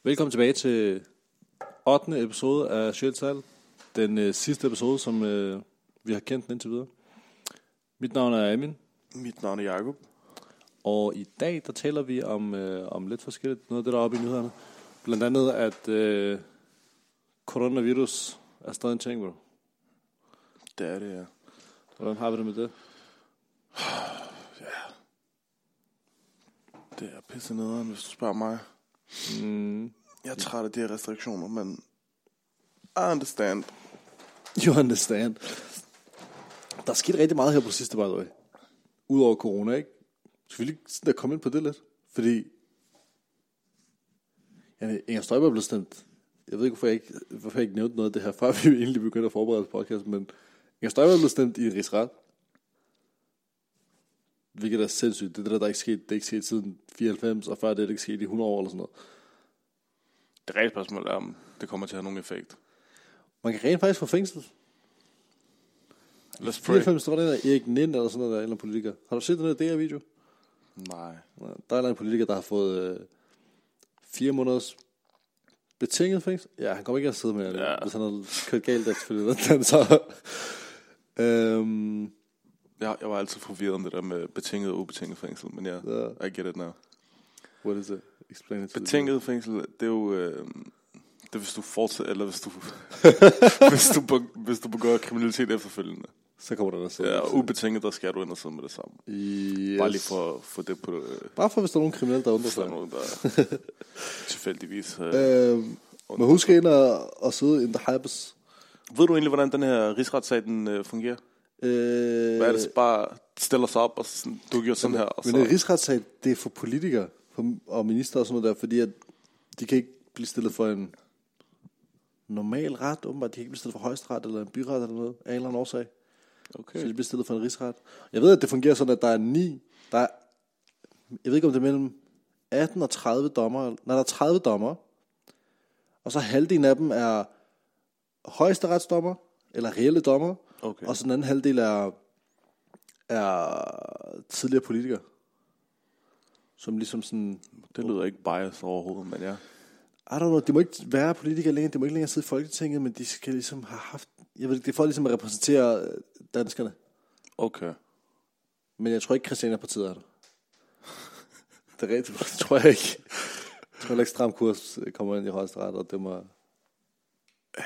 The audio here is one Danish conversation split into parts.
Velkommen tilbage til 8. episode af Sjælsal. Den sidste episode, som vi har kendt indtil videre. Mit navn er Amin. Mit navn er Jakob. Og i dag, der taler vi om lidt forskelligt. Noget af det, der er oppe i nyhederne. Blandt andet, at coronavirus er stadig en ting, bro. Det er det, ja. Hvordan har vi det med det? Ja. Det er pisse nederen, hvis du spørger mig. Jeg er træt af de her restriktioner, men I understand. You understand. Der er sket rigtig meget her på sidste, by the way. Udover corona, ikke? Så vil jeg komme ind på det lidt. Fordi Inger Støjberg blev stemt. Jeg ved ikke, hvorfor jeg ikke nævnte noget af det her, før vi egentlig begyndte at forberede os podcast, men Inger Støjberg blev stemt i en rigsret. Hvilket er sindssygt. Det er ikke sket. Det er ikke sket siden 94, og før det er ikke sket i 100 år eller sådan noget. Det rigtige spørgsmål er, om det kommer til at have nogen effekt. Man kan rent faktisk få fængsel. Let's pray. 94, der var den der Erik Nind eller sådan noget, der er en politiker. Har du set den der DR-video? Nej. Der er en politiker, der har fået 4 måneders betinget fængsel. Ja, han kommer ikke at sidde med det. Hvis han har kørt galt, der selvfølgelig. Så, Jeg var altid forvirret med det der med betinget og ubetinget fængsel, men I get it now. What is it? Explain it to betinget fængsel, det er jo... det er, hvis du fortsætter, eller hvis du begår kriminalitet efterfølgende. Så kommer der noget. Ja, og ubetinget, der skal du ind og sidde med det samme. Yes. Bare lige for at få det på... Bare for, hvis der er nogen kriminelle, der undrer sig. Der er nogen, der tilfældigvis... men husk ind og sidde in the hypes. Ved du egentlig, hvordan den her rigsretssag, den fungerer? Hvad er det? Bare stiller sig op, og sådan, du gjorde sådan her. Og men en rigsretssag, det er for politikere og minister og sådan noget der, fordi at de kan ikke blive stillet for en normal ret, åbenbart. De kan ikke blive stillet for højesteret eller en byret eller noget, af en eller anden årsag. Okay. Så de bliver stillet for en rigsret. Jeg ved, at det fungerer sådan, at der er jeg ved ikke, om det er mellem 18 og 30 dommer. Nej, der er 30 dommer. Og så halvdelen af dem er højesteretsdommer, eller reelle dommer. Okay. Og så den anden halvdel er tidligere politikere. Som ligesom sådan... Det lyder ikke bias overhovedet, men ja. I don't know, de må ikke være politikere længere, de må ikke længere sidde i Folketinget, men de skal ligesom have haft... Jeg ved ikke, det er for ligesom at repræsentere danskerne. Okay. Men jeg tror ikke, Christiania-partiet er der. Det er rigtigt, det tror jeg ikke. Jeg tror ikke, Stram Kurs kommer ind i højesteret, og det må... Ja.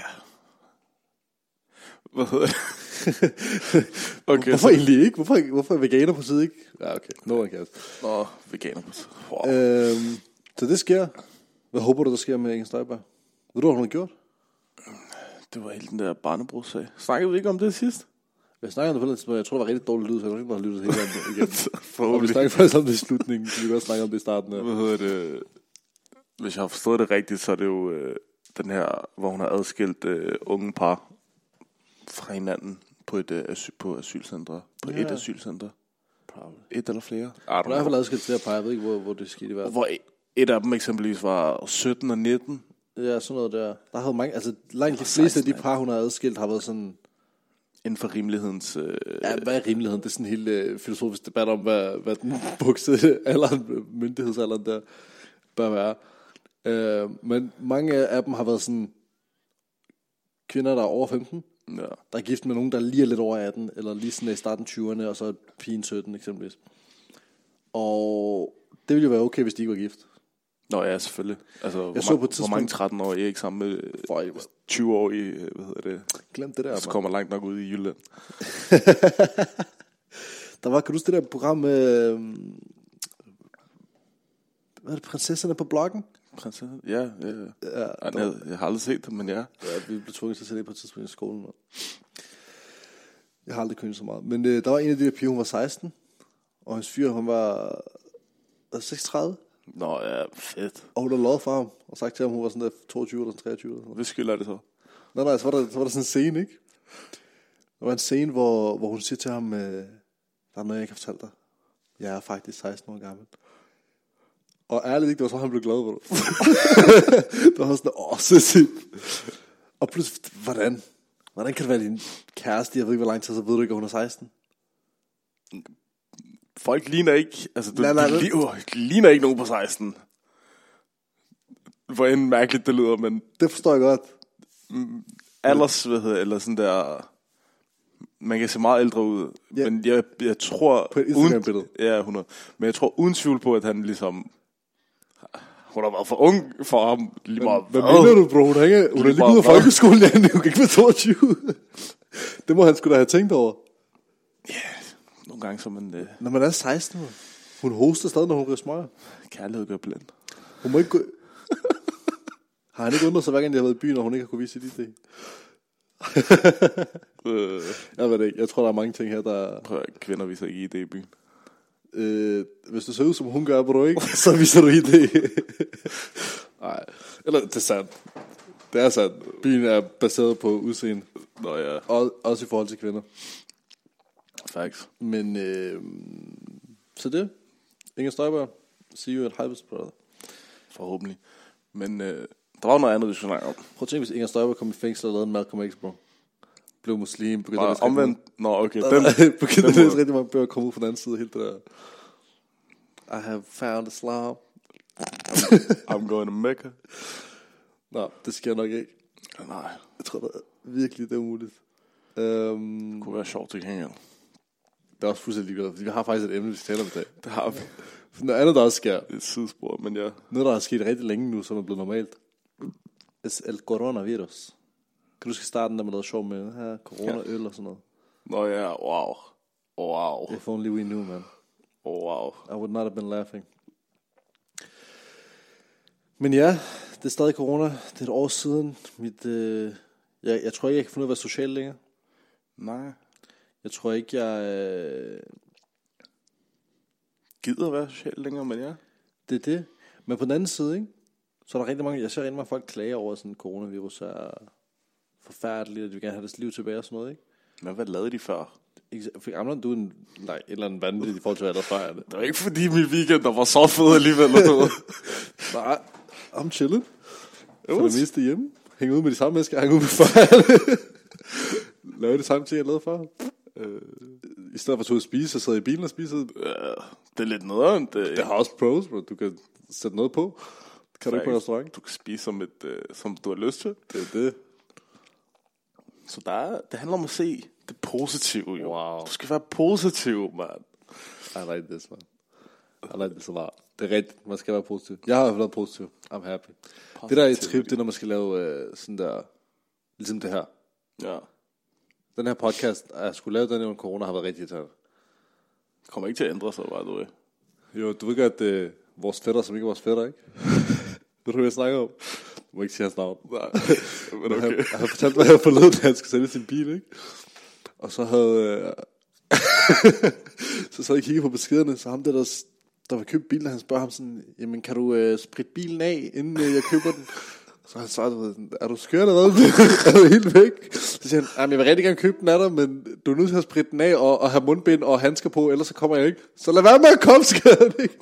Hvad hedder det? Okay, hvorfor egentlig ikke? Hvorfor er veganerpartiet ikke? Ja, okay. No one cares. Nå, veganerpartiet. Wow. Så det sker. Hvad håber du, der sker med Inger Støjberg? Ved du, hvad hun har gjort? Det var helt den der barnebrudssag. Snakkede vi ikke om det sidst? Jeg snakkede om det på noget, jeg tror, det var rigtig dårligt lyd, så jeg tror ikke, har lyttet helt om det igen. Og vi snakkede faktisk om det i slutningen, så vi kan også snakke om det i starten. Hvad hedder det? Hvis jeg har forstået det rigtigt, så er det jo den her, hvor hun har adskilt unge par fra hinanden på på asylcentre. På et asylcenter. Probably. Et eller flere. Hun har i hvert fald adskilt flere par, jeg ved ikke, hvor det skete i verden. Hvor et af dem eksempelvis var 17 og 19. Ja, sådan noget der. Der havde mange, altså langt de fleste af de par, hun har adskilt, har været sådan... Inden for rimelighedens... Ja, hvad er rimeligheden? Det er sådan en helt filosofisk debat om, hvad den buksede alderen, myndighedsalderen der bør være. Men mange af dem har været sådan kvinder, der er over 15, der er gift med nogen, der lige er lidt over 18, eller lige sådan i starten 20'erne, og så er pigen 17 eksempelvis. Og det ville jo være okay, hvis de ikke var gift. Nå ja, selvfølgelig. Altså, hvor mange 13-årige er ikke sammen med 20-årige, hvad hedder det? Glem det der. Så kommer langt nok ud i Jylland. Der var, kan du huske det der program med, hvad er det, prinsesserne på bloggen? Prinsesser? Ja. Jeg har aldrig set det, men ja. Ja, vi blev tvunget til at se det på et tidspunkt i skolen. Jeg har aldrig kønt så meget. Men der var en af de der piger, hun var 16, og hans fyr, han var 36. Nå ja, fedt. Og hun havde lovet for ham, og sagt til ham, hun var sådan der 22 eller 23. Eller hvad skyld er det så? Nej, så var der sådan en scene, ikke? Der var en scene, hvor hun siger til ham, der er noget, jeg ikke har fortalt dig. Jeg er faktisk 16 år gammel. Og ærligt ikke, det var så, han blev glad for det. Det var sådan, så sygt. Og pludselig, hvordan kan det være din kæreste? Jeg ved ikke, hvor lang tid, så ved du ikke, at hun er 16. Folk ligner ikke, altså du ligner ikke nogen på 16. hvor end mærkeligt det lyder, men Det forstår jeg godt. alders, eller sådan der, man kan se meget ældre ud, Ja. men jeg tror, På et Instagram-billede. Ja, 100, men jeg tror uden tvivl på, at han ligesom, hun har været for ung for ham, lige meget. Hvad mener du, bro? Hun er lige meget ude af hvad? folkeskolen, ja, hun kan ikke være 22. Det må han sgu da have tænkt over. Nogle gange som en Når man er 16 år. Hun hoster stadig, når hun ryger smøger. kærlighed gør blind. Hun må ikke gå... Har han ikke undret sig, hver gang de har været i byen, og hun ikke har kunne vise sit ID? Jeg ved det ikke. Jeg tror, der er mange ting her, der... Prøv at kvinder viser ikke ID i byen. Hvis du ser ud, som hun gør, bro, ikke? Så viser du ID. Nej. Eller, det er sandt. Det er sandt. Byen er baseret på udseende. Nå ja, Også i forhold til kvinder. facts. Men, så det. Inger Støjberg. See you at Hypers, brother. Forhåbentlig. Men der var jo noget andet, vi skulle snakke om. Prøv at tænke, hvis Inger Støjberg kom i fængsel og lavede en Malcolm X, bro. Blev muslim, begyndte Bare omvendt. Nå, okay. begyndte at den læse rigtig mange bøger og komme ud på den anden side. Helt det der. I have found Islam. I'm going to Mecca. Nå, det sker nok ikke. Nej, Jeg tror da virkelig, det er umuligt. det kunne være sjovt til gengæld. Det er også fuldstændig ligegyldigt, fordi vi har faktisk et emne, vi skal tale om i dag. Det har vi. Noget andet, der også sker. Det er et sidespor, men ja. Noget, der er sket rigtig længe nu, som er blevet normalt. El coronavirus. Kan du huske starten, der man lavede sjov med her? Corona-øl og sådan noget. Nå ja, wow. If only we knew, man. Wow. I would not have been laughing. Men ja, det er stadig corona. Det er et år siden. Jeg tror ikke, jeg kan finde ud af at være social længere. Nej. Jeg tror ikke, jeg... Gider at være social længere, men ja. Det er det. Men på den anden side, ikke? Så er der rigtig mange... Jeg ser rigtig mange folk klage over, at sådan coronavirus er forfærdeligt, at de vil gerne have deres liv tilbage og sådan noget, ikke? Men hvad lavede de før? Fik Amland, du et eller andet vanvittigt i forhold til, hvad der fejrer det? Det var ikke fordi min weekend, der var så fed alligevel. Nej, I'm chilling. For det meste hjemme. Hænge ud med de samme mennesker, hænge ud med far. Lave de samme ting, jeg lavede før. I stedet for at tage ud og spise, og sidde i bilen og spise. Det er lidt nederen. Det har også pros, bro. Du kan sætte noget på. Kan du ikke på en restaurant? Du kan spise som du har lyst til. Det er det. Så det handler om at se det positive, jo. Wow. Du skal være positiv, mand. I like this, man. I like this a lot. Det er rigtigt. Man skal være positiv. Jeg har i hvert fald været positiv. I'm happy. Det der er et trip, det er, når man skal lave sådan der... Ligesom det her. Ja. Den her podcast, at jeg skulle lave den under corona, har været rigtig irriterende. Kommer ikke til at ændre sig, bare du ved. Jo, du ved godt, at vores fætter, som ikke er vores fætter, ikke? Ved du, hvad jeg snakker om? Du må ikke sige hans navn. Nej, men okay. Jeg havde fortalt mig, at jeg forleden, at han skulle sælge sin bil, ikke? Og så havde... så sad jeg og kiggede på beskederne, så ham der var købt bilen, han spørger ham sådan, jamen kan du spritte bilen af, inden jeg køber den? Så han svarede, er du skør eller hvad? Er du helt væk? Så siger han, jamen jeg vil rigtig gerne købe den af dig, men du er nødt til at spritte den af og have mundbind og handsker på, ellers så kommer jeg ikke. Så lad være med at komme, skal ikke?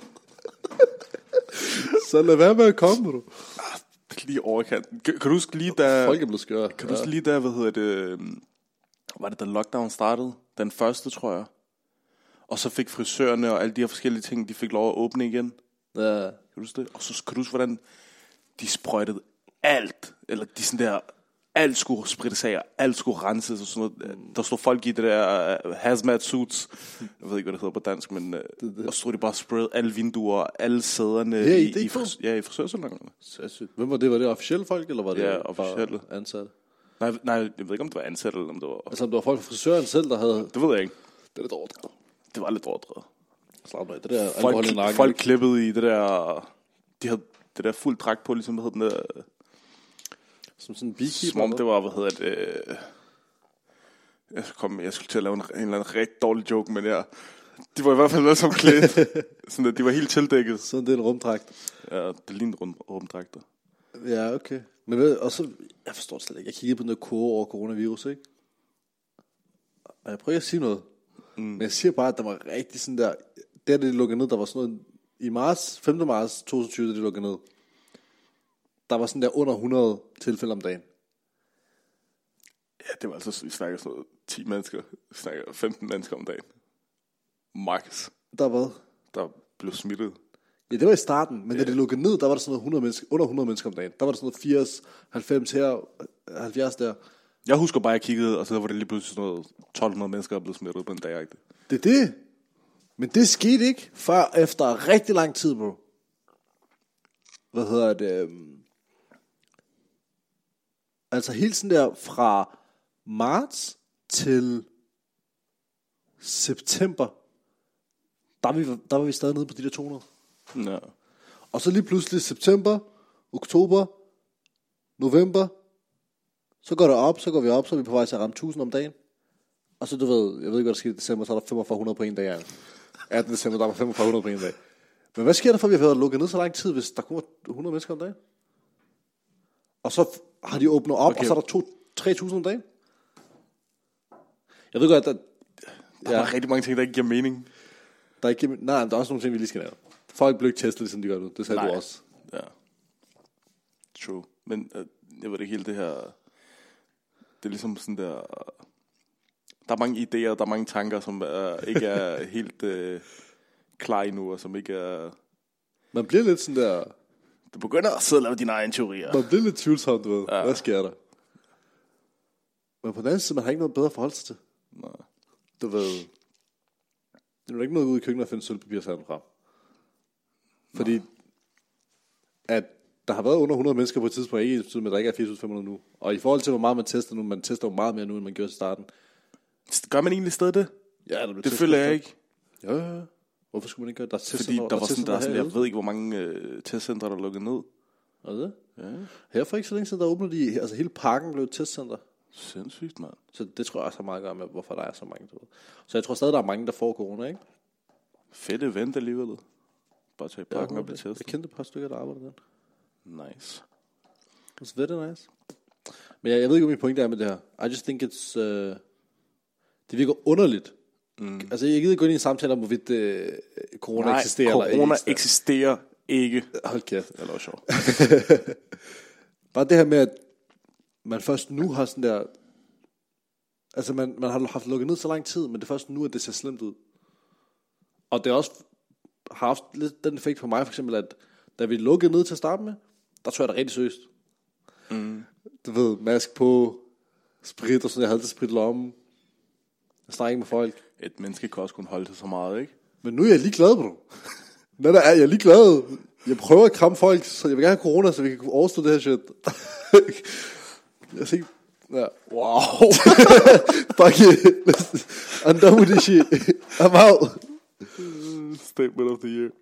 Så lad være med at komme, du. Lige overkanten. Kan du huske lige da... Folk er blevet skøre. Kan du huske lige da, var det da lockdown startede? Den første, tror jeg. Og så fik frisørerne og alle de her forskellige ting, de fik lov at åbne igen. Ja. Kan du huske det? Og så kan du huske, hvordan de sprøjtede alt. Eller de sådan der... Alt skulle sprittes af, og alt skulle renses og sådan noget. Der stod folk i det der hazmat suits. Jeg ved ikke, hvad det hedder på dansk, men og så stod de bare sprayet alle vinduer, alle sæderne i frisørsalonerne. Hvem var det? Var det officielle folk, eller var det officielle ansatte? Nej, jeg ved ikke, om det var ansatte, eller om det var... Altså, om det var folk fra frisøren selv, der havde... Det ved jeg ikke. Det er lidt overdrevet. Det var lidt overdrevet. Slap af. Det der alkohol i nakken. Folk klippede i det der... De havde det der fuld dragt på, ligesom, hvad hed den der... Som sådan en beekeeper? Som om det var, hvad hedder det... Jeg skulle til at lave en eller anden rigtig dårlig joke, men ja... De var i hvert fald alle sammen klædt. Sådan at de var helt tildækket. Sådan det er en rumdragt. Ja, det lignede rumdragter. Ja, okay. Men ved, og så... Jeg forstår det slet ikke. Jeg kiggede på noget kurve over coronavirus, ikke? Og jeg prøver at sige noget. Men jeg siger bare, at der var rigtig sådan der... Der det lukkede ned, der var sådan noget... I marts, 5. marts 2020, det lukkede ned. Der var sådan der under 100 tilfælde om dagen. Ja, det var altså, vi snakker sådan noget 10 mennesker. Vi snakker 15 mennesker om dagen. Max. Der hvad? Der blev smittet. Ja, det var i starten, men da det lukkede ned, der var der sådan noget 100 mennesker, under 100 mennesker om dagen. Der var der sådan noget 80, 90 her, 70 der. Jeg husker bare, at jeg kiggede, og så var det lige pludselig sådan noget 1200 mennesker, der blev smittet på en dag. Ikke? Det er det. Men det skete ikke, før efter rigtig lang tid, bro. Hvad hedder det? Altså helt sådan der fra marts til september, der var vi stadig nede på de der 200. Ja. Og så lige pludselig september, oktober, november, så går det op, så går vi op, så er vi på vej til at ramme 1000 om dagen. Og så du ved, jeg ved ikke, hvad der skete i december, så er der 4500 på en dag. Ja. 18. december, der var 4500 på en dag. Men hvad sker der for, at vi har været lukket ned så lang tid, hvis der kommer 100 mennesker om dagen? Og så har de åbnet op, okay. Og så er der 3000 om dagen. Jeg ved godt, at der er rigtig mange ting, der ikke giver mening. Der er ikke, nej, der er også nogle ting, vi lige skal lave. Folk bliver ikke testet, ligesom de gør nu. Det sagde du også. Ja. True. Men jeg ved ikke helt det her. Det er ligesom sådan der. Der er mange idéer, der er mange tanker, som ikke er helt klar endnu, og som ikke er. Man bliver lidt sådan der. Du begynder at sidde og lave dine egne teorier. Man bliver lidt tvivlsom, du ved. Ja. Hvad sker der? Men på den anden side, man har ikke noget bedre at forholde sig til. Nej. Du ved. Det er ikke noget ud i køkkenet at finde sølvpapir sammen frem. Fordi at der har været under 100 mennesker på et tidspunkt, ikke betyder, at der ikke er 4.500 nu. Og i forhold til, hvor meget man tester nu, man tester jo meget mere nu, end man gjorde i starten. Gør man egentlig stadig det? Ja, det føler jeg ikke. Ja. Hvorfor skulle man ikke gøre det? Fordi der var sådan, jeg ved ikke, hvor mange testcentre, der lukkede ned. Er det? Ja. Her for ikke så længe siden, der åbnede de, altså hele parken blev et testcenter. Sindssygt, mand. Så det tror jeg også har meget at gøre med, hvorfor der er så mange. Så jeg tror stadig, der er mange, der får corona, ikke? Fedt event alligevel. Bare tage i parken og blive testet. Jeg kendte et par stykker, der arbejder den. Nice. It's very nice. Men jeg ved ikke, hvad min pointe er med det her. I just think it's det virker underligt. Altså jeg gider ikke gå ind i en samtale om, hvorvidt corona eksisterer eller ikke. Corona eksisterer ikke. Hold kæft. Det er sjovt. Bare det her med, at man først nu har sådan der. Altså man har haft lukket ned så lang tid, men det er først nu, at det ser slemt ud. Og det også har haft lidt den effekt på mig, for eksempel, at da vi lukkede ned til at starte med, der tror jeg, det er rigtig seriøst. Du ved, mask på, sprit og sådan, jeg havde det sprit i lommen. Jeg snakker ikke med folk. Et menneske kan også kunne holde til så meget, ikke? Men nu er jeg lige glad, bro. Når der er jeg lige glad. Jeg prøver at kramme folk, så jeg vil gerne have corona, så vi kan overstå det her shit. Jeg siger, ja. Wow. Fuck it. I'm done with this shit. I'm out. Statement of the year.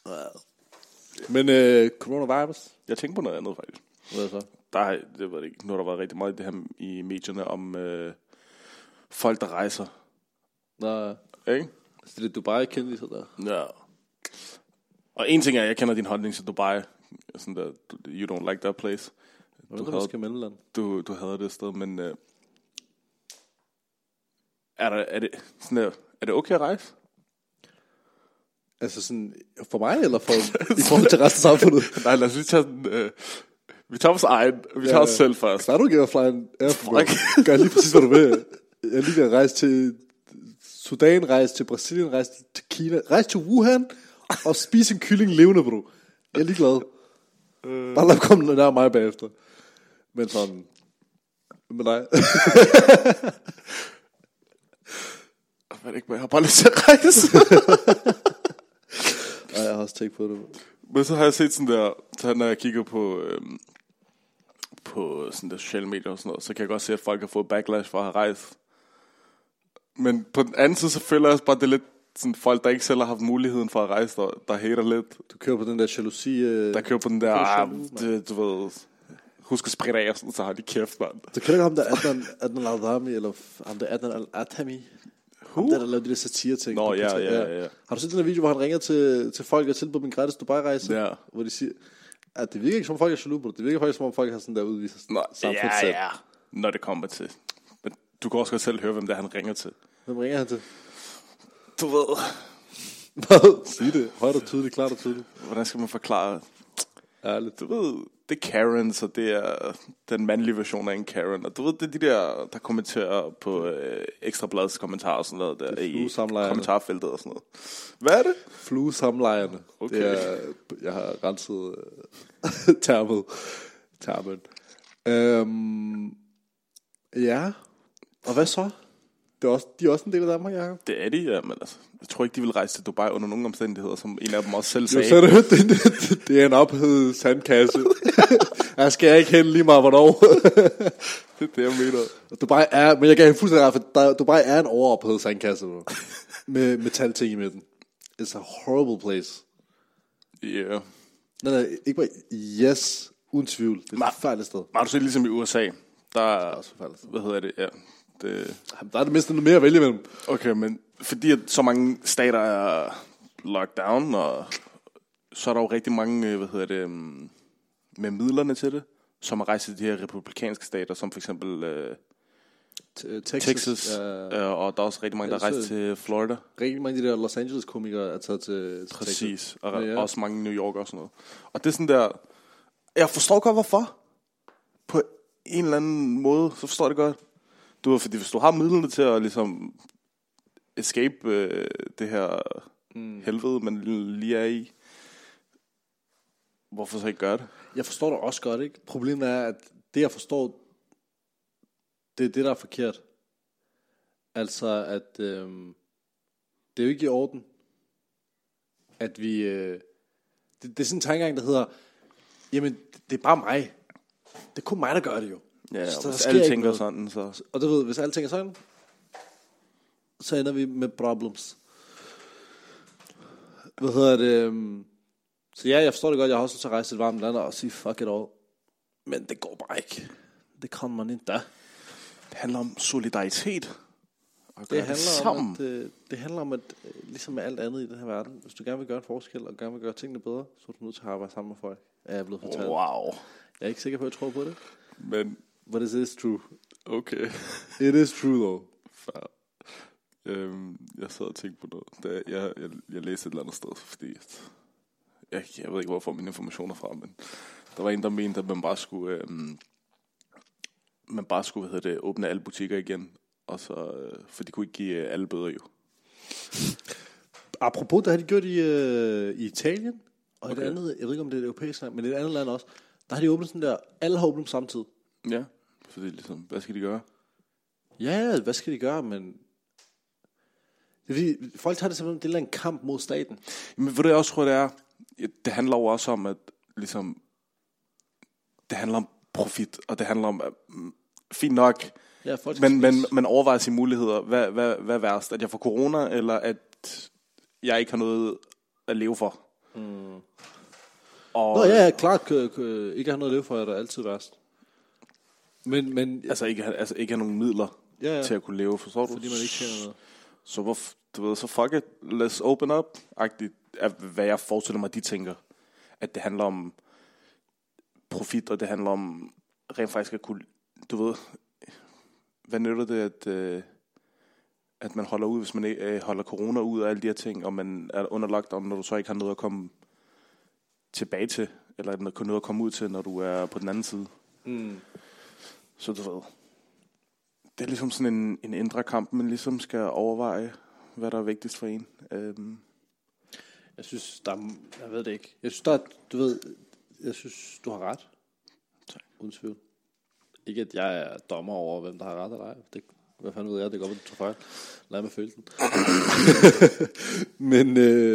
Men coronavirus? Jeg tænker på noget andet, faktisk. Hvad så? Det var ikke. Nu har der været rigtig meget det her i medierne om folk, der rejser. Nå. Ikke? Så det er Dubai kendte så der. Ja. Og en ting er, jeg kender din holdning til Dubai. Sådan der, you don't like that place. Du havde det sted, men er det okay at rejse? Altså sådan, for mig, eller for i forhold til resten af samfundet? Nej, lad os lige tage den, vi tager os egen, vi tager os selv først. Klar, du giver fly en airfly. Gør lige præcis, hvad du vil. Jeg er lige ved at rejse til Sudan, rejse til Brasilien, rejse til Kina, rejse til Wuhan, og spise en kylling levende, bro. Jeg er lige glad. Bare lad komme nær mig bagefter. Men sådan, med dig. Jeg har bare lyst til at rejse. Nej, jeg har også tænkt på det. Men så har jeg set sådan der, så når jeg kigger på sådan der sociale medier og sådan noget, så kan jeg godt se, at folk har fået backlash for at have rejst. Men på den anden side, så føler jeg også bare, det er lidt sådan folk, der ikke selv har haft muligheden for at rejse, der hater lidt. Du kører på den der jalousi. Der kører på den der, du ved, husk at spritte af, så har de kæft, mand. Du kender ikke ham der Adnan Al-Adhami, eller ham der Adnan Al-Athami? Ham der lavede de der satire-ting. Nå, ja. Har du set den der video, hvor han ringer til folk og tilbyder min gratis Dubai-rejse? Ja. Hvor de siger, at det virker ikke som om folk er jaloux på det. Det virker faktisk som om folk har sådan der udvist samfundssæt. Ja. Når det kommer til. Men du kan også godt selv høre, hvem det er, han ringer til. Hvem ringer han til? Du ved. Hvad? Sig det. Højt og tydeligt, klart og tydeligt. Hvordan skal man forklare? Ærligt. Du ved, det er Karen, så det er den mandlige version af en Karen. Og du ved, det er de der kommenterer på Ekstrabladets kommentarer og sådan noget, der i kommentarfeltet og sådan noget. Hvad er det? Fluesamlejerne. Okay. Det er, jeg har renset termen. Ja, og hvad så? De er også en del af Danmark, Jacob. Det er de, ja, men altså, jeg tror ikke, de vil rejse til Dubai under nogen omstændigheder, som en af dem også selv sagde. Jo, så er det er en ophedet sandkasse. Jeg skal ikke hen lige meget, hvornår. Det er det, jeg mener. Dubai er, men jeg gav fuldstændig ret, for Dubai er en overophedet sandkasse. Med metalting i midten. It's a horrible place. Yeah. Nej, ikke bare, yes, uden tvivl. Det er et forfærdeligt sted. Har du set ligesom i USA? Der er også forfærdeligt. Hvad hedder det? Ja. Der er det mindste noget mere at vælge imellem. Okay, men fordi at så mange stater er locked down, og så er der jo rigtig mange, med midlerne til det, som har rejst til de her republikanske stater, som for eksempel Texas, og der er også rigtig mange, der har rejst til Florida. Rigtig mange af de der Los Angeles komikere er taget til Præcis, Texas. Og også mange i New York og sådan noget. Og det er sådan der, jeg forstår godt hvorfor. På en eller anden måde, så forstår jeg det godt. Du ved, fordi hvis du har midlerne til at ligesom escape det her helvede, man lige er i, hvorfor så ikke gøre det? Jeg forstår det også godt, ikke? Problemet er, at det jeg forstår, det er det, der er forkert. Altså, at det er jo ikke i orden, at vi... det er sådan en tankegang, der hedder, jamen, det er bare mig. Det er kun mig, der gør det jo. Ja, og hvis alle tænker sådan, så... Og du ved, hvis alle tænker sådan, så ender vi med problems. Hvad hedder det? Så ja, jeg forstår det godt. Jeg har også til at rejse til et varmt land og sige fuck it all. Men det går bare ikke. Det kan man ikke da. Det handler om solidaritet. Det handler om, at ligesom med alt andet i den her verden, hvis du gerne vil gøre en forskel og gerne vil gøre tingene bedre, så er du nødt til at arbejde sammen med folk. Er jeg blevet fortalt. Wow. Jeg er ikke sikker på, at jeg tror på det. Men... But it is true. Okay. It is true, though. Jeg sad og tænkte på noget. Jeg læste et eller andet sted, fordi... Jeg ved ikke, hvor jeg får mine informationer fra, men... Der var en, der mente, at man bare skulle åbne alle butikker igen. Og så... for de kunne ikke give alle bøder, jo. Apropos, det har de gjort i Italien. Og okay. Et andet... Jeg ved ikke, om det er et europæisk land, men et andet land også. Der har de åbnet sådan der... Alle har åbnet samtidig. Ja, fordi ligesom, hvad skal de gøre? Ja, hvad skal de gøre, men... Det er fordi, folk tager det simpelthen, det er en kamp mod staten. Men ved du, jeg også tror, det er... Det handler jo også om, at ligesom... Det handler om profit, og det handler om... Fint nok, ja, men overvejer sine muligheder. Hvad er værst? At jeg får corona, eller at jeg ikke har noget at leve for? Og, ja, klart. Ikke have noget at leve for, er der altid værst. Men altså ikke have nogen midler til at kunne leve, forstår du? Fordi man ikke tjener noget. Så du ved, så fuck it, let's open up, agtigt, hvad jeg forestiller mig, de tænker. At det handler om profit, og det handler om rent faktisk at kunne, du ved, hvad nytter det, at man holder ud, hvis man ikke holder corona ud og alle de her ting, og man er under lockdown, når du så ikke har noget at komme tilbage til, eller noget at komme ud til, når du er på den anden side. Så du ved, det er ligesom sådan en indre kamp, man ligesom skal overveje, hvad der er vigtigst for en. Jeg synes, jeg ved det ikke. Jeg synes, du har ret. Tak. Uden tvivl. Ikke at jeg er dommer over, hvem der har ret eller ej. Hvad fanden ved jeg, det går, at du tager fejl. Lad mig føle den. Men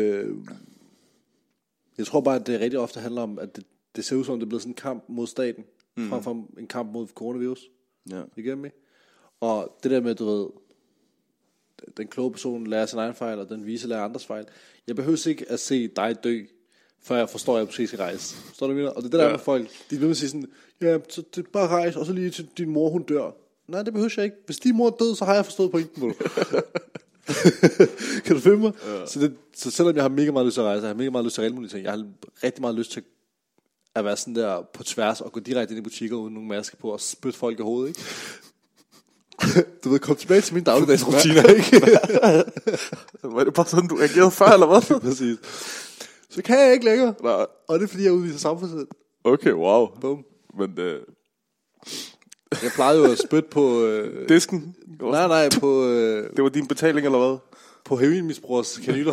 jeg tror bare, at det rigtig ofte handler om, at det ser ud som, det er blevet sådan en kamp mod staten, frem for en kamp mod coronavirus. Ja. Ikke med? Og det der med, du ved, den kloge person lærer sin egen fejl, og den vise lærer andres fejl. Jeg behøver ikke at se dig dø, før jeg forstår, at jeg måske skal rejse. Forstår du, hvad jeg mener? Og det er det der med folk, de vil sige sådan, ja, så det er bare rejse, og så lige til din mor, hun dør. Nej, det behøver jeg ikke. Hvis din mor er død, så har jeg forstået pointen. Kan du følge mig? Ja. Så selvom jeg har mega meget lyst til at rejse, jeg har mega meget lyst til at mulige ting, jeg har rigtig meget lyst til at være sådan der på tværs, og gå direkte ind i butikker uden nogen maske på, og spytte folk i hovedet, ikke? Du ved, kom tilbage til mine dagligdagsrutiner, ikke? Var det bare sådan, du reagerede før, eller hvad? Præcis. Så kan jeg ikke længere. Nej. Og det er fordi, jeg udviser samfundssind. Okay, wow. Boom. Men Jeg plejede jo at spytte på... disken? nej, på... Det var din betaling, eller hvad? På heroinmisbrugers kanyler.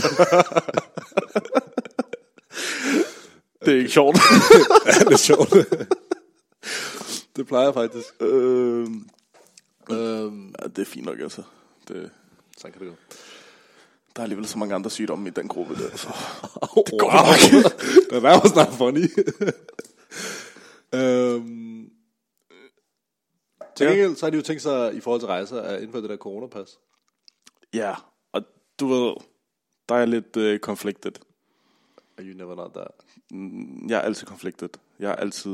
Det er ikke sjovt. Ja, det er sjovt. Det plejer jeg faktisk. Ja, det er fint nok, altså. Sådan kan det gå. Der er alligevel så mange andre sygdomme i den gruppe der, så Det går nok. Det er jo snart funny. Til gengæld, så har de jo tænkt sig i forhold til rejser at indføre det der coronapas. ja, og du ved, der er lidt conflicted. Are you never not that? Jeg er altid conflicted. Jeg er altid...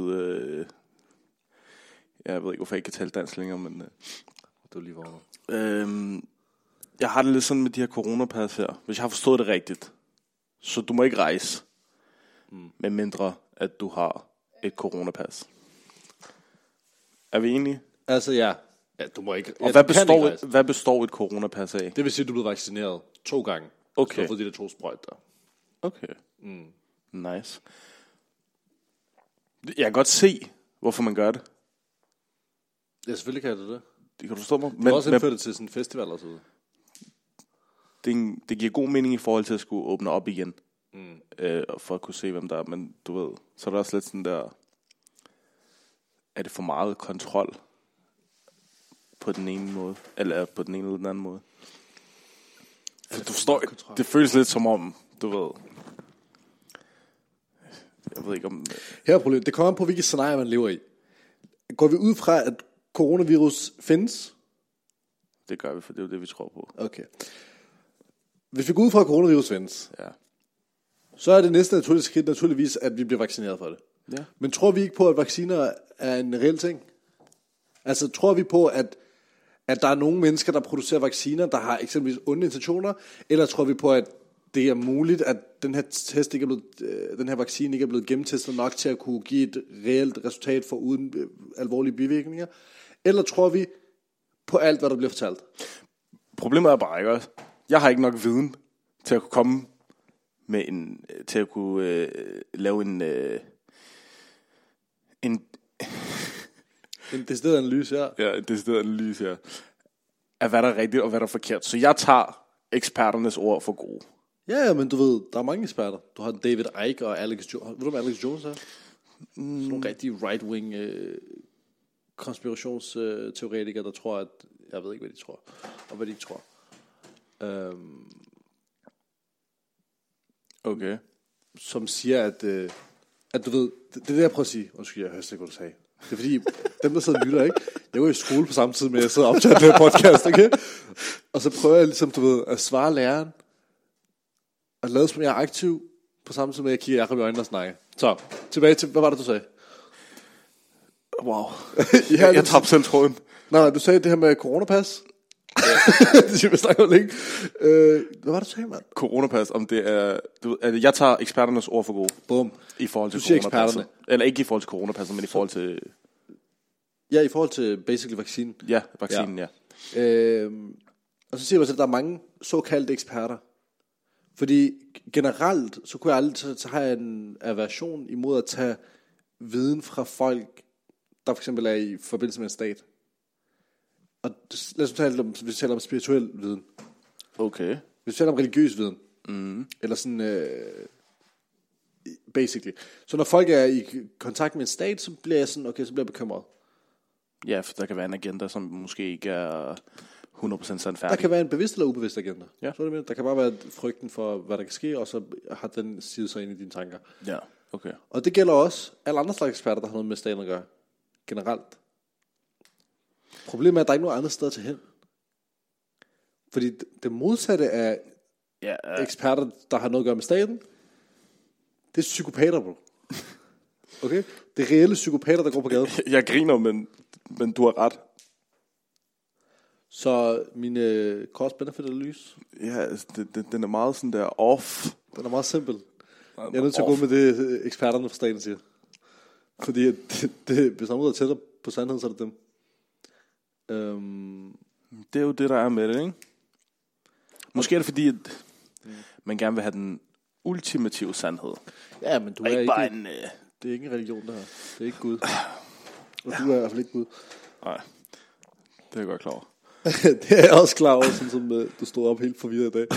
jeg ved ikke, hvorfor jeg ikke kan tale dansk længere, men... Du er lige vågnet. Jeg har det lidt sådan med de her coronapas her. Hvis jeg har forstået det rigtigt, så du må ikke rejse, med mindre at du har et coronapas. Er vi enige? Altså ja, du må ikke. Og hvad består et coronapas af? Det vil sige, at du er blevet vaccineret 2 gange. Okay. Så du har fået de der 2 sprøjter. Okay. Nice. Jeg kan godt se, hvorfor man gør det. Ja, selvfølgelig kan det. Det kan du forstå mig. Du har også indført det til sådan en festival og så videre. Det giver god mening i forhold til at skulle åbne op igen. For at kunne se, hvem der er. Men du ved, så er der også lidt sådan der... Er det for meget kontrol? På den ene måde. Eller på den ene eller den anden måde. For du forstår, det føles lidt som om, du ved... Jeg ved ikke om... Her er problemet. Det kommer an på, hvilket scenarie man lever i. Går vi ud fra, at coronavirus findes? Det gør vi, for det er jo det, vi tror på. Okay. Hvis vi går ud fra, at coronavirus findes, Ja. så er det næste naturlige skridt naturligvis, at vi bliver vaccineret for det. Ja. Men tror vi ikke på, at vacciner er en reel ting? Altså tror vi på, at der er nogle mennesker, der producerer vacciner, der har eksempelvis onde intentioner? Eller tror vi på, at det er muligt, at den her vaccine ikke er blevet gennemtestet nok til at kunne give et reelt resultat for uden alvorlige bivirkninger? Eller tror vi på alt, hvad der bliver fortalt? Problemet er bare ikke også. Jeg har ikke nok viden til at kunne komme med til at kunne lave en decideret analyse her. Ja, en decideret analyse her af hvad der er rigtigt og hvad der er forkert. Så jeg tager eksperternes ord for gode. Ja, men du ved, der er mange eksperter. Du har David Icke og Alex Jones. Ved du, hvad Alex Jones er? Sådan nogle rigtig right-wing konspirationsteoretikere, der tror, at... Jeg ved ikke, hvad de tror. Og hvad de ikke tror. Okay. Som siger, at du ved... Det jeg prøver at sige... Undskyld, jeg hørte ikke, hvad du sagde. Det er fordi, dem der sidder og lytter, ikke? Jeg går i skole på samme tid med, at jeg sidder og optager den her podcast, okay? Og så prøver jeg ligesom, du ved, at svare læreren. Og lade som jeg er aktiv, på samme tid med, at jeg kigger Jacob i øjnene og snakker. Så, tilbage til, hvad var det, du sagde? Wow. Jeg tabte selv tråden. Nej, du sagde det her med coronapas. Det siger vi snakker om længe. Hvad var det, du sagde, mand? Coronapas, om det er... jeg tager eksperternes ord for gode. Bum. I forhold til du siger coronapasset. eksperterne. Eller ikke i forhold til coronapasset, men i forhold til... Ja, i forhold til basically vaccinen. Ja, vaccinen, ja. Og så siger man så, at der er mange såkaldte eksperter. Fordi generelt, så har jeg en aversion imod at tage viden fra folk, der for eksempel er i forbindelse med en stat. Og lad os tale om spirituel viden. Okay. Hvis vi taler om religiøs viden. Eller sådan... basically. Så når folk er i kontakt med en stat, så bliver jeg sådan, okay, så bliver jeg bekymret. Ja, for der kan være en agenda, som måske ikke er 100% sandfærdig. Der kan være en bevidst eller ubevidst agenda. Ja. Så er det med. Der kan bare være frygten for, hvad der kan ske, og så har den sidet sig ind i dine tanker. Ja, okay. Og det gælder også alle andre slags eksperter, der har noget med staten at gøre. Generelt. Problemet er, at der ikke er nogen andre steder til hen. Fordi det modsatte af eksperter, der har noget at gøre med staten, det er psykopater, bro. Okay? Det er reelle psykopater, der går på gaden. Jeg griner, men du har ret. Så min cost-benefit-analyse? Ja, altså, den er meget sådan der off. Den er meget simpel. Jeg er nødt til at gå med det, eksperterne fra staten siger. Fordi hvis han er tættere på sandheden, så er det dem. Det er jo det, der er med det, ikke? Måske er det fordi, at man gerne vil have den ultimative sandhed. Ja, men du er er ikke bare en Det er ikke en religion, det her. Det er ikke Gud. Og du er i hvert fald ikke Gud. Nej, det er jeg godt klar over. Det er jeg også klar over, sådan som du stod op helt forvirret i dag.